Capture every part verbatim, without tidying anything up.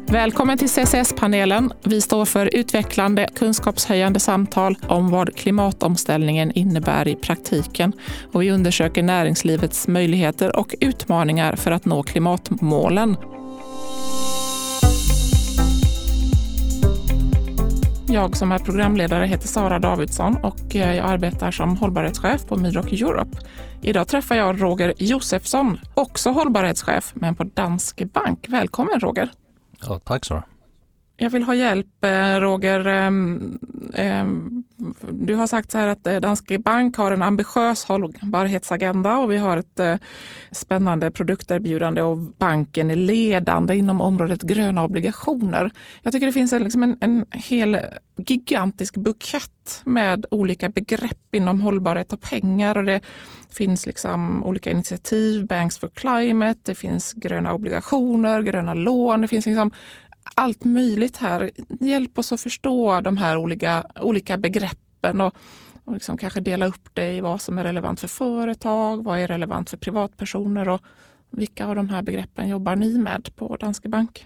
Välkommen till C C S-panelen. Vi står för utvecklande, kunskapshöjande samtal om vad klimatomställningen innebär i praktiken. Och vi undersöker näringslivets möjligheter och utmaningar för att nå klimatmålen. Jag som är programledare heter Sara Davidsson och jag arbetar som hållbarhetschef på Midrock Europe. Idag träffar jag Roger Josefsson, också hållbarhetschef, men på Danske Bank. Välkommen Roger. Ja, tack Sara. Jag vill ha hjälp Roger. Du har sagt så här att Danske Bank har en ambitiös hållbarhetsagenda och vi har ett spännande produkterbjudande och banken är ledande inom området gröna obligationer. Jag tycker det finns en, liksom en, en hel gigantisk bukett med olika begrepp inom hållbarhet och pengar och det finns liksom olika initiativ, Banks for Climate, det finns gröna obligationer, gröna lån, det finns liksom allt möjligt här. Hjälp oss att förstå de här olika, olika begreppen och, och liksom kanske dela upp det i vad som är relevant för företag, vad är relevant för privatpersoner och vilka av de här begreppen jobbar ni med på Danske Bank?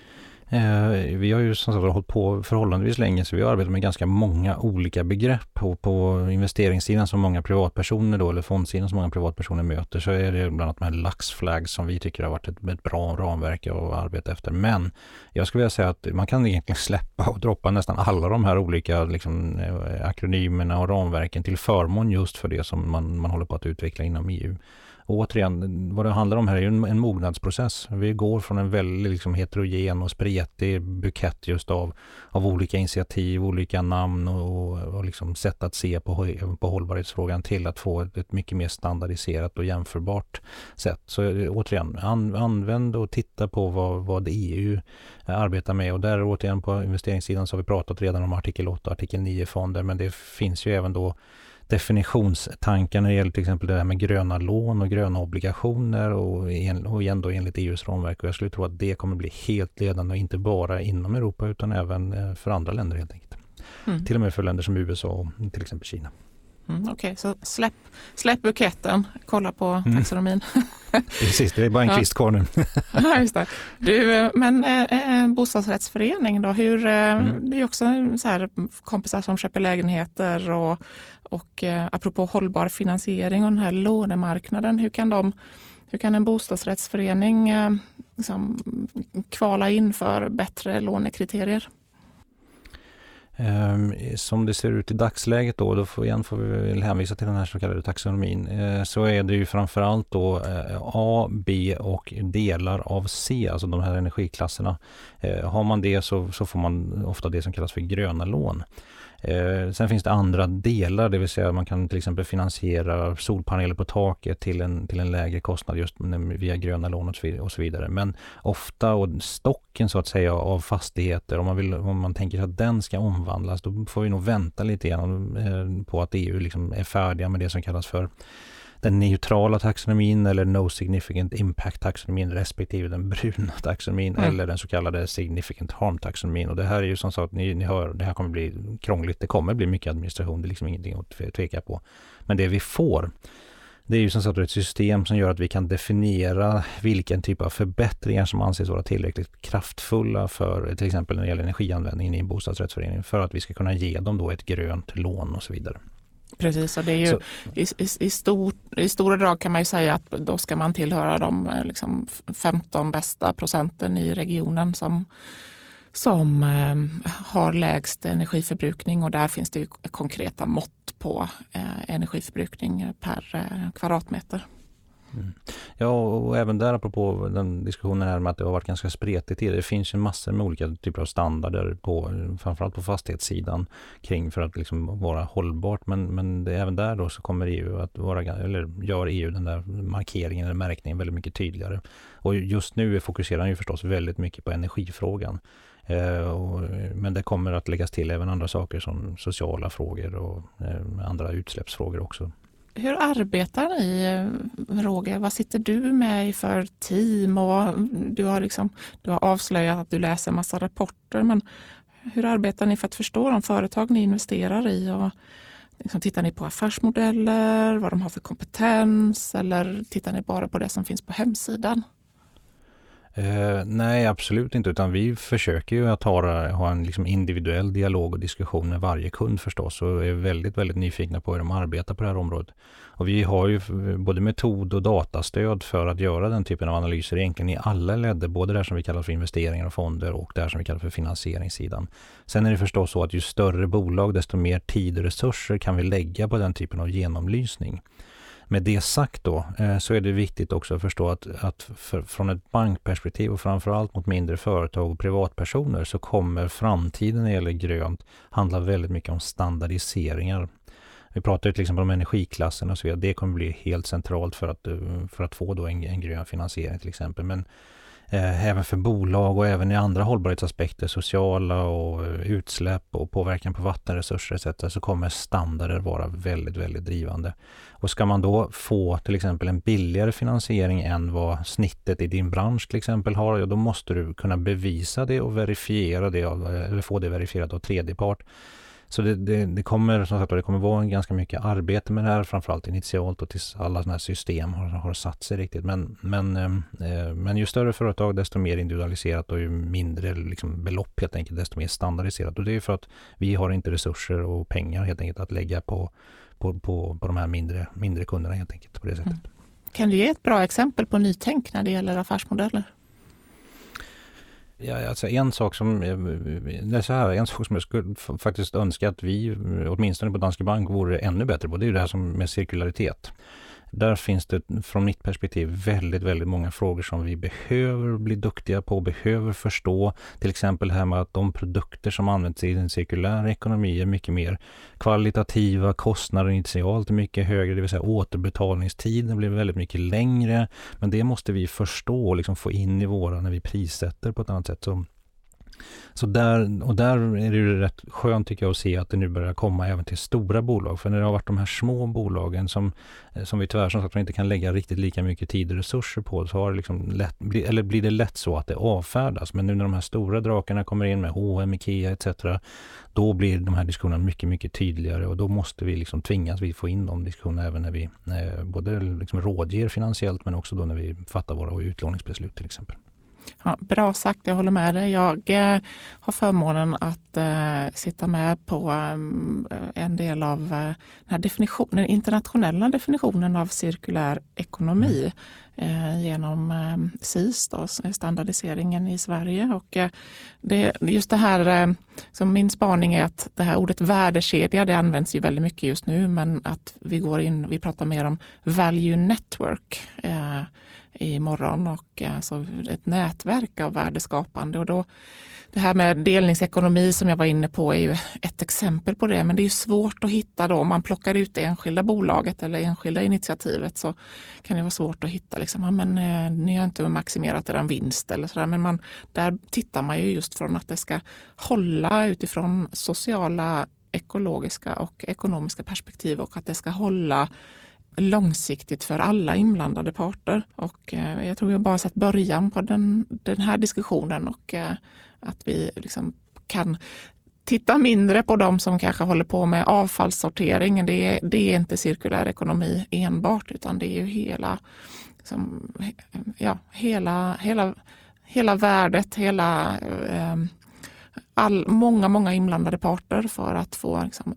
Eh, vi har ju som sagt hållit på förhållandevis länge så vi har arbetat med ganska många olika begrepp. På, på investeringssidan som många privatpersoner då, eller fondsidan som många privatpersoner möter så är det bland annat de här laxflags som vi tycker har varit ett, ett bra ramverk att arbeta efter. Men jag skulle vilja säga att man kan egentligen släppa och droppa nästan alla de här olika liksom, akronymerna och ramverken till förmån just för det som man, man håller på att utveckla inom E U. Och återigen, vad det handlar om här är ju en, en mognadsprocess. Vi går från en väldigt liksom, heterogen och spretig bukett just av, av olika initiativ, olika namn och, och, och liksom sätt att se på, på hållbarhetsfrågan till att få ett, ett mycket mer standardiserat och jämförbart sätt. Så återigen, an, använd och titta på vad, vad E U arbetar med. Och där återigen på investeringssidan så har vi pratat redan om artikel åtta och artikel nio-fonder, men det finns ju även då definitionstankar när det gäller till exempel det här med gröna lån och gröna obligationer och, en, och igen då enligt E U:s ramverk. Och jag skulle tro att det kommer bli helt ledande, inte bara inom Europa utan även för andra länder helt enkelt. Mm. Till och med för länder som U S A och till exempel Kina. Mm, Okej, okay. så släpp, släpp buketten, kolla på taxonomin. Mm. Precis, det är bara en kvist kvar nu. Ja, just det. Du, men äh, bostadsrättsförening då, hur, mm. det är också så här, kompisar som köper lägenheter och, och äh, apropå hållbar finansiering och den här lånemarknaden, hur kan, de, hur kan en bostadsrättsförening äh, liksom, kvala in för bättre lånekriterier? Um, som det ser ut i dagsläget då, då får, igen får vi hänvisa till den här så kallade taxonomin, uh, så är det ju framförallt då uh, A, B och delar av C, alltså de här energiklasserna. Uh, har man det så, så får man ofta det som kallas för gröna lån. Eh, sen finns det andra delar, det vill säga man kan till exempel finansiera solpaneler på taket till en, till en lägre kostnad just via gröna lån och så, vidare, och så vidare. Men ofta, och stocken så att säga av fastigheter, om man, vill, om man tänker att den ska omvandlas, då får vi nog vänta lite grann eh, på att E U liksom är färdiga med det som kallas för den neutrala taxonomin eller no significant impact taxonomin respektive den bruna taxonomin mm. eller den så kallade significant harm taxonomin. Och det här är ju som sagt, ni, ni hör, det här kommer bli krångligt, det kommer bli mycket administration, det är liksom ingenting att tveka på. Men det vi får, det är ju som sagt ett system som gör att vi kan definiera vilken typ av förbättringar som anses vara tillräckligt kraftfulla för till exempel när det gäller energianvändningen i en bostadsrättsförening för att vi ska kunna ge dem då ett grönt lån och så vidare. Precis, och det är ju så, i, i, i, stor, i stora drag kan man ju säga att då ska man tillhöra de liksom femton bästa procenten i regionen som, som eh, har lägst energiförbrukning och där finns det ju konkreta mått på eh, energiförbrukning per eh, kvadratmeter. Mm. Ja, och även där apropå den diskussionen här med att det har varit ganska spretigt i det. Det finns ju en massa med olika typer av standarder på, framförallt på fastighetssidan kring för att liksom vara hållbart. Men, men det, även där då så kommer E U att vara, eller gör E U den där markeringen eller märkningen väldigt mycket tydligare. Och just nu fokuserar ju förstås väldigt mycket på energifrågan. Eh, och, men det kommer att läggas till även andra saker som sociala frågor och eh, andra utsläppsfrågor också. Hur arbetar ni, Roger? Vad sitter du med i för team? Och du, har liksom, du har avslöjat att du läser en massa rapporter, men hur arbetar ni för att förstå de företag ni investerar i? Och liksom, tittar ni på affärsmodeller, vad de har för kompetens eller tittar ni bara på det som finns på hemsidan? Eh, nej, absolut inte, utan vi försöker ju att ha, ha en liksom individuell dialog och diskussion med varje kund förstås, och är väldigt, väldigt nyfikna på hur de arbetar på det här området. Och vi har ju både metod och datastöd för att göra den typen av analyser egentligen i alla ledder, både där som vi kallar för investeringar och fonder och där som vi kallar för finansieringssidan. Sen är det förstås så att ju större bolag, desto mer tid och resurser kan vi lägga på den typen av genomlysning. Med det sagt då, så är det viktigt också att förstå att, att för, från ett bankperspektiv och framförallt mot mindre företag och privatpersoner så kommer framtiden när det gäller grönt handla väldigt mycket om standardiseringar. Vi pratar till exempel om energiklassen och så vidare. Det kommer bli helt centralt för att, för att få då en, en grön finansiering till exempel. Men eh, även för bolag och även i andra hållbarhetsaspekter, sociala och utsläpp och påverkan på vattenresurser et cetera, så kommer standarder vara väldigt, väldigt drivande. Och ska man då få till exempel en billigare finansiering än vad snittet i din bransch till exempel har, ja, då måste du kunna bevisa det och verifiera det, eller få det verifierat av tredjepart. Så det, det, det kommer som sagt, det kommer vara en ganska mycket arbete med det här, framförallt initialt och tills alla sådana här system har, har satt sig riktigt. Men, men, eh, men ju större företag, desto mer individualiserat, och ju mindre liksom, belopp helt enkelt, desto mer standardiserat. Och det är för att vi har inte resurser och pengar helt enkelt att lägga på, på, på, på de här mindre, mindre kunderna helt enkelt på det sättet. Mm. Kan du ge ett bra exempel på nytänk när det gäller affärsmodeller? Ja, alltså en sak som det är så här, en sak som jag skulle faktiskt önska att vi åtminstone på Danske Bank vore ännu bättre på, det är ju det här som med cirkularitet. Där finns det från mitt perspektiv väldigt, väldigt många frågor som vi behöver bli duktiga på, behöver förstå. Till exempel det här med att de produkter som används i en cirkulär ekonomi är mycket mer kvalitativa, kostnader initialt är mycket högre, det vill säga återbetalningstiden blir väldigt mycket längre. Men det måste vi förstå och liksom få in i våra när vi prissätter på ett annat sätt. Så Så där, och där är det ju rätt skönt tycker jag att se att det nu börjar komma även till stora bolag. För när det har varit de här små bolagen som, som vi tyvärr som sagt inte kan lägga riktigt lika mycket tid och resurser på, så har det liksom lätt, eller blir det lätt så att det avfärdas. Men nu när de här stora drakarna kommer in med H och M, Ikea et cetera, då blir de här diskussionerna mycket, mycket tydligare, och då måste vi liksom tvingas vi få in de diskussionerna även när vi eh, både liksom rådger finansiellt men också då när vi fattar våra utlåningsbeslut till exempel. Ja, bra sagt, jag håller med dig. Jag eh, har förmånen att eh, sitta med på eh, en del av eh, den här definitionen, den internationella definitionen av cirkulär ekonomi eh, genom eh, S I S, då, standardiseringen i Sverige. Och eh, det, just det här, eh, som min spaning är att det här ordet värdekedja, det används ju väldigt mycket just nu, men att vi går in, vi pratar mer om value network eh, imorgon, och alltså ett nätverk av värdeskapande. Och då, det här med delningsekonomi som jag var inne på är ju ett exempel på det, men det är svårt att hitta då, om man plockar ut det enskilda bolaget eller enskilda initiativet, så kan det vara svårt att hitta liksom, ja, men eh, ni har inte maximerat er vinst eller sådär, men man, där tittar man ju just från att det ska hålla utifrån sociala, ekologiska och ekonomiska perspektiv, och att det ska hålla långsiktigt för alla inblandade parter. Och eh, jag tror vi har bara sett början på den, den här diskussionen, och eh, att vi liksom kan titta mindre på de som kanske håller på med avfallssortering. Det är, det är inte cirkulär ekonomi enbart, utan det är ju hela, liksom, ja, hela, hela, hela värdet, hela eh, all, många, många inblandade parter för att få liksom,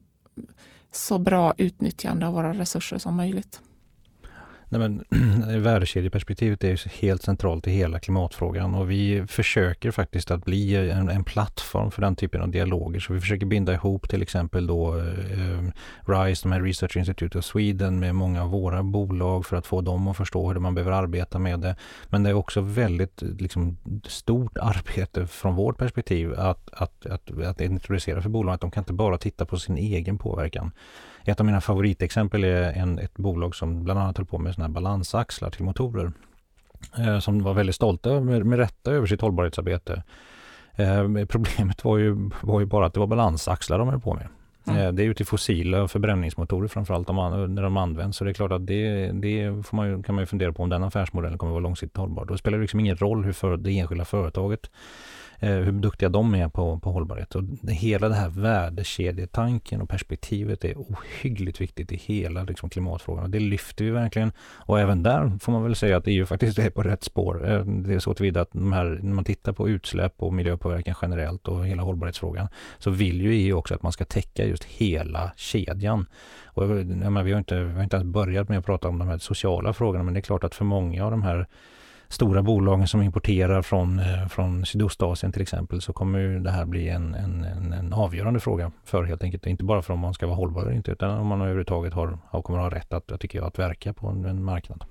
så bra utnyttjande av våra resurser som möjligt. Nej, men värdekedjeperspektivet är helt centralt i hela klimatfrågan, och vi försöker faktiskt att bli en, en plattform för den typen av dialoger. Så vi försöker binda ihop till exempel då eh, RISE, de här Research Institute of Sweden, med många av våra bolag för att få dem att förstå hur man behöver arbeta med det. Men det är också väldigt liksom, stort arbete från vårt perspektiv att, att, att, att introducera för bolagen att de kan inte bara titta på sin egen påverkan. Ett av mina favoritexempel är en, ett bolag som bland annat höll på med såna här balansaxlar till motorer. Eh, som var väldigt stolta med, med rätta över sitt hållbarhetsarbete. Eh, problemet var ju, var ju bara att det var balansaxlar de höll på med. Mm. Eh, det är ju till fossila förbränningsmotorer framförallt de, när de används. Så det är klart att det, det får man ju, kan man ju fundera på om den affärsmodellen kommer att vara långsiktigt hållbar. Då spelar det liksom ingen roll hur för det enskilda företaget hur duktiga de är på, på hållbarhet. Och hela det här värdekedjetanken och perspektivet är ohyggligt viktigt i hela liksom, klimatfrågan. Och det lyfter vi verkligen. Och även där får man väl säga att det är ju faktiskt är på rätt spår. Det är så tillvida att de här, när man tittar på utsläpp och miljöpåverkan generellt och hela hållbarhetsfrågan, så vill ju E U också att man ska täcka just hela kedjan. Och, ja, men vi, har inte, vi har inte ens börjat med att prata om de här sociala frågorna, men det är klart att för många av de här stora bolagen som importerar från, från Sydostasien till exempel, så kommer ju det här bli en, en, en, en avgörande fråga för helt enkelt. Inte bara för om man ska vara hållbar eller inte, utan om man överhuvudtaget har, har, kommer att ha rätt att, jag tycker jag, att verka på en, en marknad.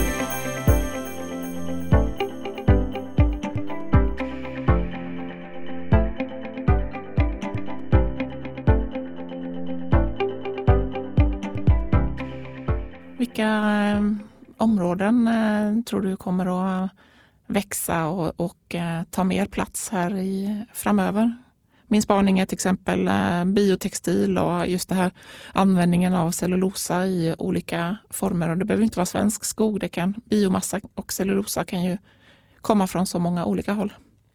Vilka eh, områden eh, tror du kommer att växa och, och eh, ta mer plats här i, framöver? Min spaning är till exempel eh, biotextil och just det här användningen av cellulosa i olika former. Och det behöver inte vara svensk skog, det kan, biomassa och cellulosa kan ju komma från så många olika håll.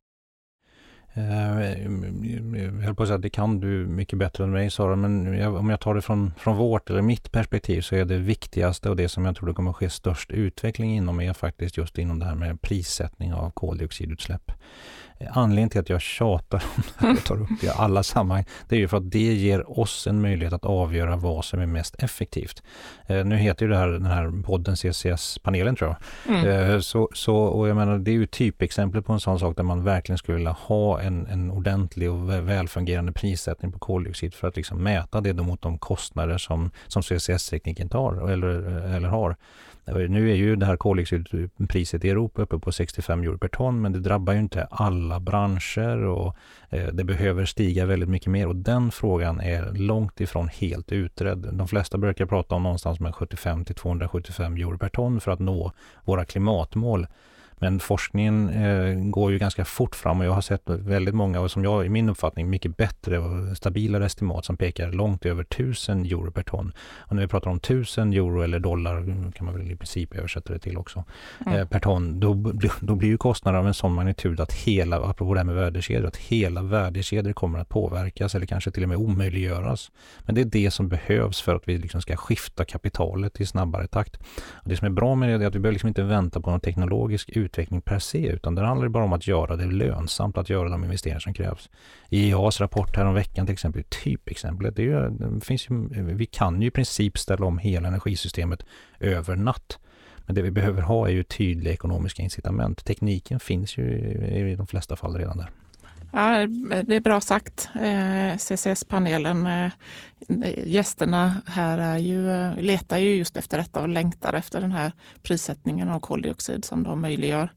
Jag höll på att säga att det kan du mycket bättre än mig, Sara, men jag, om jag tar det från, från vårt eller mitt perspektiv, så är det viktigaste och det som jag tror det kommer att ske störst utveckling inom är faktiskt just inom det här med prissättning av koldioxidutsläpp. Anledningen till att jag tjatar om det här och tar upp det i alla sammanhang, det är ju för att det ger oss en möjlighet att avgöra vad som är mest effektivt. Eh, nu heter ju det här, den här podden C C S-panelen, tror jag. Mm. Eh, så, så, och jag menar, det är ju typexempel på en sån sak där man verkligen skulle vilja ha en, en ordentlig och välfungerande prissättning på koldioxid för att liksom mäta det mot de kostnader som, som C C S-tekniken tar eller, eller har. Nu är ju det här koldioxidpriset i Europa uppe på sextiofem euro per ton, men det drabbar ju inte alla branscher och eh, det behöver stiga väldigt mycket mer, och den frågan är långt ifrån helt utredd. De flesta brukar prata om någonstans med sjuttiofem till tvåhundrasjuttiofem euro per ton för att nå våra klimatmål. Men forskningen eh, går ju ganska fort fram, och jag har sett väldigt många, och som jag i min uppfattning mycket bättre och stabilare estimat som pekar långt över tusen euro per ton. Och när vi pratar om tusen euro eller dollar, kan man väl i princip översätta det till också, mm. eh, per ton, då, då blir ju kostnaden av en sån magnitud att hela, apropå det här med värdekedjor, att hela värdekedjor kommer att påverkas eller kanske till och med omöjliggöras. Men det är det som behövs för att vi liksom ska skifta kapitalet i snabbare takt. Och det som är bra med det är att vi behöver liksom inte vänta på någon teknologisk utveckling utveckling per se, utan det handlar bara om att göra det lönsamt, att göra de investeringar som krävs. I E A:s rapport här om veckan till exempel, typexemplet, det, är ju, det finns ju, vi kan ju i princip ställa om hela energisystemet över natt. Men det vi behöver ha är ju tydliga ekonomiska incitament. Tekniken finns ju i, i de flesta fall redan där. Ja, det är bra sagt. C C S-panelen, gästerna här är ju, letar ju just efter detta och längtar efter den här prissättningen av koldioxid som de möjliggör.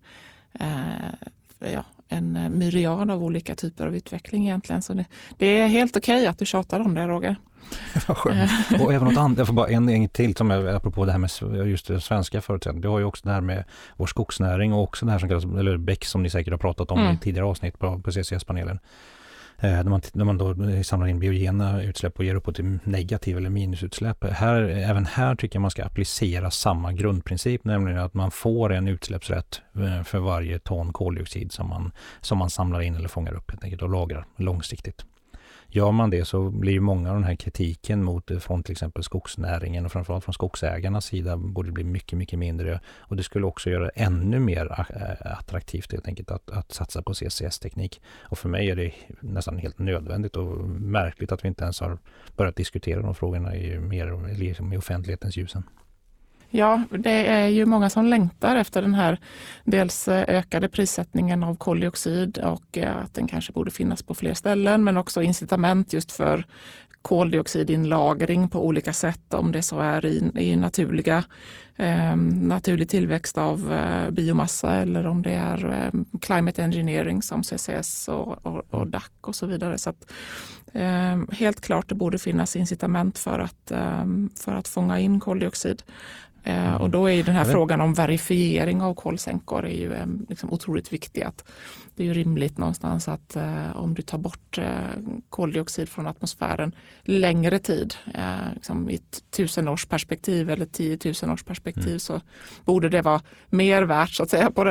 Ja, en myriad av olika typer av utveckling egentligen. Så det, det är helt okej att du tjatar om det, Roger. Vad skönt. Och även något annat, jag får bara en gång till som är apropå det här med just det svenska förutsättningar. Du har ju också det här med vår skogsnäring och också det här som kallas, eller B E C som ni säkert har pratat om mm. i tidigare avsnitt på, på C C S-panelen. Eh, när, man, när man då samlar in biogena utsläpp och ger uppåt till negativ eller minusutsläpp. Här, även här tycker jag man ska applicera samma grundprincip, nämligen att man får en utsläppsrätt för varje ton koldioxid som man, som man samlar in eller fångar upp helt enkelt och lagrar långsiktigt. Gör man det så blir ju många av den här kritiken mot från till exempel skogsnäringen och framförallt från skogsägarnas sida borde bli mycket, mycket mindre. Och det skulle också göra det ännu mer attraktivt helt enkelt att, att satsa på C C S-teknik. Och för mig är det nästan helt nödvändigt och märkligt att vi inte ens har börjat diskutera de frågorna i, mer, liksom i offentlighetens ljusen. Ja, det är ju många som längtar efter den här dels ökade prissättningen av koldioxid och att den kanske borde finnas på fler ställen, men också incitament just för koldioxidinlagring på olika sätt, om det så är i, i naturliga, eh, naturlig tillväxt av eh, biomassa eller om det är eh, climate engineering som C C S och, och, och D A C och så vidare. Så att, eh, helt klart det borde finnas incitament för att, eh, för att fånga in koldioxid. Mm. Och då är ju den här frågan om verifiering av kolsänkor är ju liksom otroligt viktig. Att det är ju rimligt någonstans att eh, om du tar bort eh, koldioxid från atmosfären längre tid, eh, liksom i ett tusenårsperspektiv eller tiotusen års perspektiv, mm. så borde det vara mer värt så att säga på den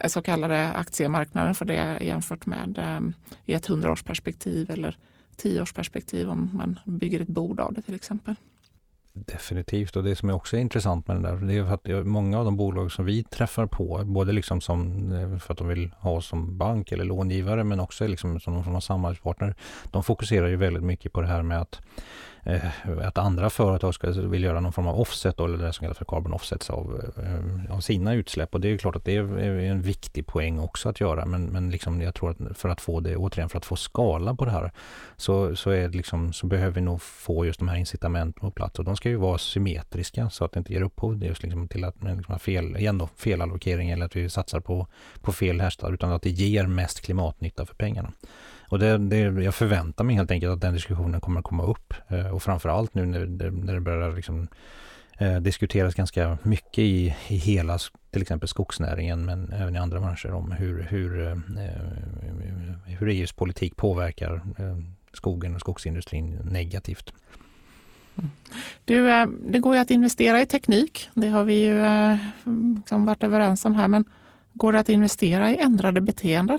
så kallade aktiemarknaden för det jämfört med um, i ett hundraårsperspektiv eller tioårsperspektiv om man bygger ett bolag av det till exempel. Definitivt, och det som är också intressant med det där, det är för att många av de bolag som vi träffar på, både liksom som för att de vill ha som bank eller långivare, men också liksom som någon form av samarbetspartner, de fokuserar ju väldigt mycket på det här med att eh, att andra företag ska vill göra någon form av offset då, eller det som kallas för carbon offsets av, eh, av sina utsläpp, och det är ju klart att det är en viktig poäng också att göra, men, men liksom jag tror att för att få det, återigen för att få skala på det här, så, så, är det liksom, så behöver vi nog få just de här incitamenten på plats, och de ska ju vara symmetriska så att det inte ger upphov det just liksom till att liksom fel, igen då, felallokering eller att vi satsar på, på fel hästar, utan att det ger mest klimatnytta för pengarna. Och det, det, jag förväntar mig helt enkelt att den diskussionen kommer att komma upp, eh, och framförallt nu när det, när det börjar liksom, eh, diskuteras ganska mycket i, i hela till exempel skogsnäringen, men även i andra branscher, om hur, hur, eh, hur E U:s politik påverkar eh, skogen och skogsindustrin negativt. Du, det går ju att investera i teknik, det har vi ju liksom varit överens om här, men går det att investera i ändrade beteenden?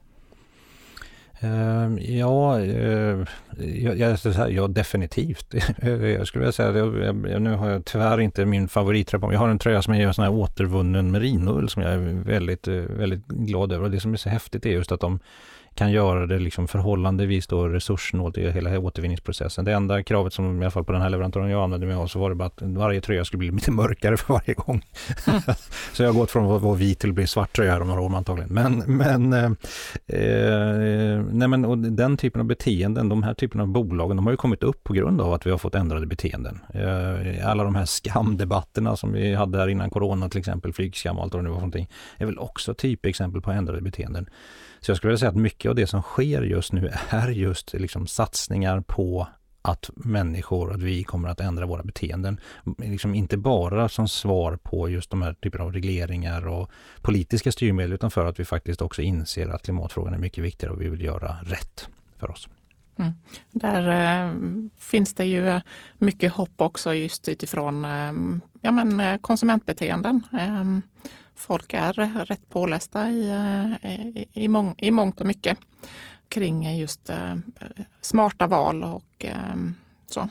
Uh, ja, uh, jag, jag, ja, definitivt. Jag skulle vilja säga att jag, jag, nu har jag tyvärr inte min favorittröja på mig. Jag har en tröja som är sån här återvunnen merinoull som jag är väldigt, väldigt glad över. Och det som är så häftigt är just att de kan göra det liksom förhållandevis då resurssnålt i hela återvinningsprocessen. Det enda kravet som i alla fall på den här leverantören jag använde mig av, så var det bara att varje tröja skulle bli lite mörkare för varje gång. Mm. Så jag har gått från att vara vit till att bli svart tröja om några år antagligen. Men, men, eh, nej men och den typen av beteenden, de här typen av bolagen, de har ju kommit upp på grund av att vi har fått ändrade beteenden. Eh, alla de här skamdebatterna som vi hade här innan corona, till exempel flygskam och allt vad det nu var för någonting, är väl också typexempel på ändrade beteenden. Så jag skulle vilja säga att mycket av det som sker just nu är just liksom satsningar på att människor, att vi kommer att ändra våra beteenden. Liksom inte bara som svar på just de här typerna av regleringar och politiska styrmedel, utan för att vi faktiskt också inser att klimatfrågan är mycket viktigare och vi vill göra rätt för oss. Mm. Där eh, finns det ju mycket hopp också just utifrån eh, ja, men, konsumentbeteenden. Eh, Folk är rätt pålästa i, i, i, mång, i mångt och mycket kring just eh, smarta val och eh, så.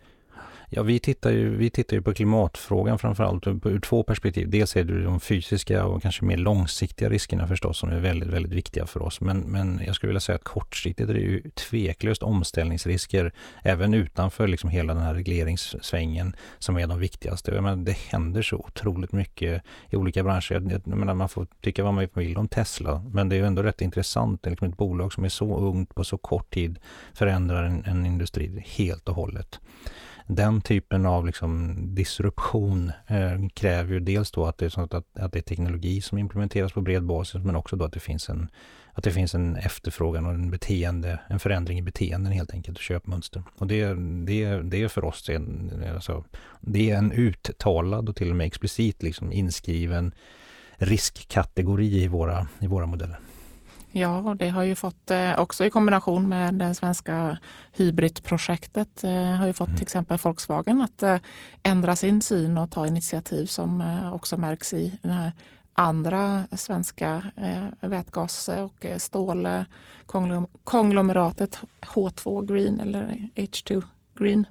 Ja, vi tittar ju, vi tittar ju på klimatfrågan framförallt ur två perspektiv. Dels är det de fysiska och kanske mer långsiktiga riskerna förstås som är väldigt, väldigt viktiga för oss. Men, men jag skulle vilja säga att kortsiktigt är det ju tveklöst omställningsrisker även utanför liksom hela den här regleringssvängen som är de viktigaste. Jag menar, det händer så otroligt mycket i olika branscher. Jag, jag menar, man får tycka vad man vill om Tesla, men det är ju ändå rätt intressant. Det är liksom ett bolag som är så ungt på så kort tid förändrar en, en industri helt och hållet. Den typen av liksom disruption eh, kräver ju dels då att det, är sånt att, att det är teknologi som implementeras på bred basis, men också då att det finns en, att det finns en efterfrågan och en beteende, en förändring i beteenden helt enkelt, och köpmönster. Och det, det, det är för oss en, alltså, det är en uttalad och till och med explicit liksom inskriven riskkategori i våra, i våra modeller. Ja, och det har ju fått också i kombination med det svenska hybridprojektet har ju fått mm. till exempel Volkswagen att ändra sin syn och ta initiativ som också märks i den här andra svenska vätgas- och stålkonglomeratet H två Green eller H två Green.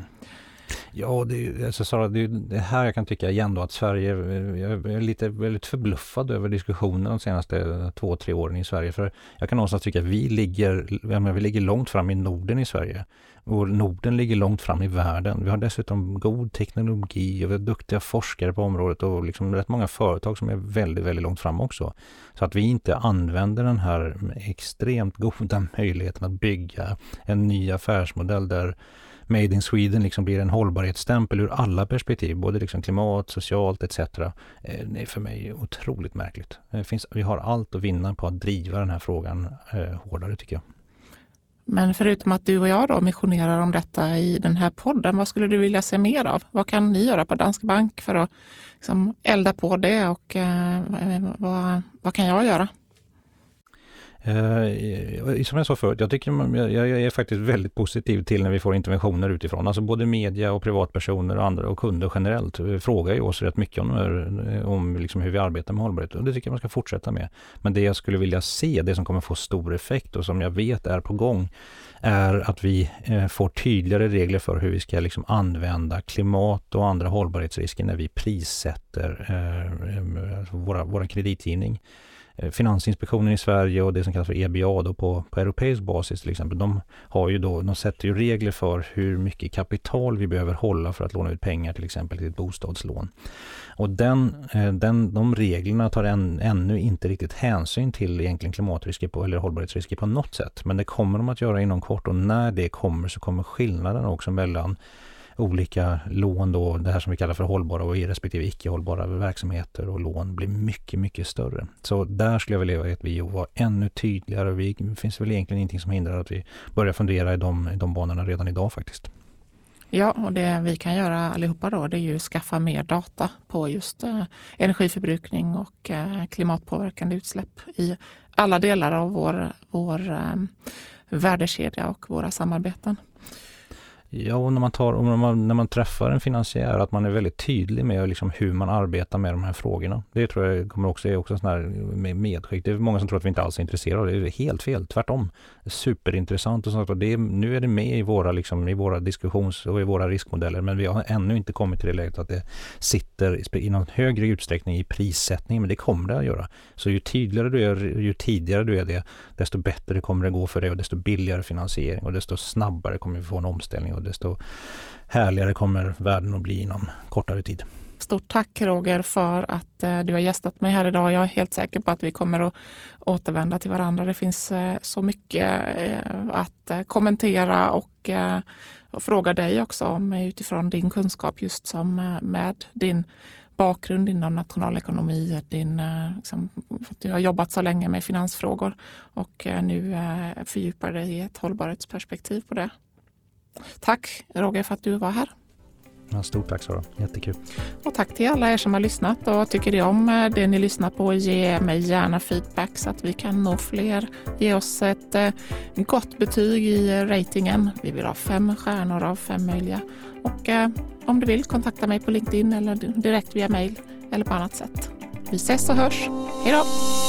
Ja, det är, alltså, Sara, det är det här jag kan tycka igen då att Sverige, jag är lite väldigt förbluffad över diskussionen de senaste två, tre åren i Sverige. För jag kan någonstans tycka att vi ligger, jag menar, vi ligger långt fram i Norden i Sverige. Och Norden ligger långt fram i världen. Vi har dessutom god teknologi och vi har duktiga forskare på området och liksom rätt många företag som är väldigt, väldigt långt fram också. Så att vi inte använder den här extremt goda möjligheten att bygga en ny affärsmodell där Made in Sweden liksom blir en hållbarhetsstämpel ur alla perspektiv, både liksom klimat, socialt et cetera. Det är för mig otroligt märkligt. Det finns, vi har allt att vinna på att driva den här frågan eh, hårdare tycker jag. Men förutom att du och jag då missionerar om detta i den här podden, vad skulle du vilja se mer av? Vad kan ni göra på Danske Bank för att liksom elda på det och eh, vad, vad kan jag göra? Eh, som jag sa förut, jag, tycker man, jag, jag är faktiskt väldigt positiv till när vi får interventioner utifrån. Alltså både media och privatpersoner och andra och kunder generellt frågar ju oss rätt mycket om, om liksom hur vi arbetar med hållbarhet, och det tycker jag man ska fortsätta med. Men det jag skulle vilja se, det som kommer få stor effekt och som jag vet är på gång, är att vi eh, får tydligare regler för hur vi ska liksom använda klimat och andra hållbarhetsrisker när vi prissätter eh, våra, våra kreditgivning. Finansinspektionen i Sverige och det som kallas för E B A då på, på europeisk basis till exempel, de, har ju då, de sätter ju regler för hur mycket kapital vi behöver hålla för att låna ut pengar till exempel till ett bostadslån. Och den, den, de reglerna tar än, ännu inte riktigt hänsyn till egentligen klimatrisker på, eller hållbarhetsrisker på något sätt. Men det kommer de att göra inom kort, och när det kommer så kommer skillnaden också mellan olika lån då, det här som vi kallar för hållbara och respektive icke-hållbara verksamheter och lån blir mycket, mycket större. Så där skulle jag vilja att vi var ännu tydligare. Vi, det finns väl egentligen ingenting som hindrar att vi börjar fundera i de, i de banorna redan idag faktiskt. Ja, och det vi kan göra allihopa då, det är ju skaffa mer data på just eh, energiförbrukning och eh, klimatpåverkande utsläpp i alla delar av vår, vår eh, värdekedja och våra samarbeten. Ja, och när man, tar, och när, man, när man träffar en finansiär, att man är väldigt tydlig med liksom hur man arbetar med de här frågorna. Det tror jag kommer också, är också en sån här medskick. Det är många som tror att vi inte alls är intresserade. Det är helt fel, tvärtom. Det är superintressant och sånt. Och det är, nu är det med i våra, liksom, i våra diskussions- och i våra riskmodeller, men vi har ännu inte kommit till det läget att det sitter i någon högre utsträckning i prissättning, men det kommer det att göra. Så ju tydligare du är, ju tidigare du är det, desto bättre kommer det gå för dig och desto billigare finansiering och desto snabbare kommer vi få en omställning. Och desto härligare kommer världen att bli inom kortare tid. Stort tack Roger för att eh, du har gästat mig här idag. Jag är helt säker på att vi kommer att återvända till varandra. Det finns eh, så mycket eh, att eh, kommentera och, eh, och fråga dig också om utifrån din kunskap, just som eh, med din bakgrund inom nationalekonomi, din, eh, liksom, för att du har jobbat så länge med finansfrågor och eh, nu eh, fördjupar dig i ett hållbarhetsperspektiv på det. Tack Roger för att du var här. Ja, stort tack Sara, jättekul. Och tack till alla er som har lyssnat, och tycker ni om det ni lyssnar på, ge mig gärna feedback så att vi kan nå fler. Ge oss ett eh, gott betyg i ratingen. Vi vill ha fem stjärnor av fem möjliga. Och eh, om du vill, kontakta mig på LinkedIn eller direkt via mail eller på annat sätt. Vi ses och hörs. Hej då!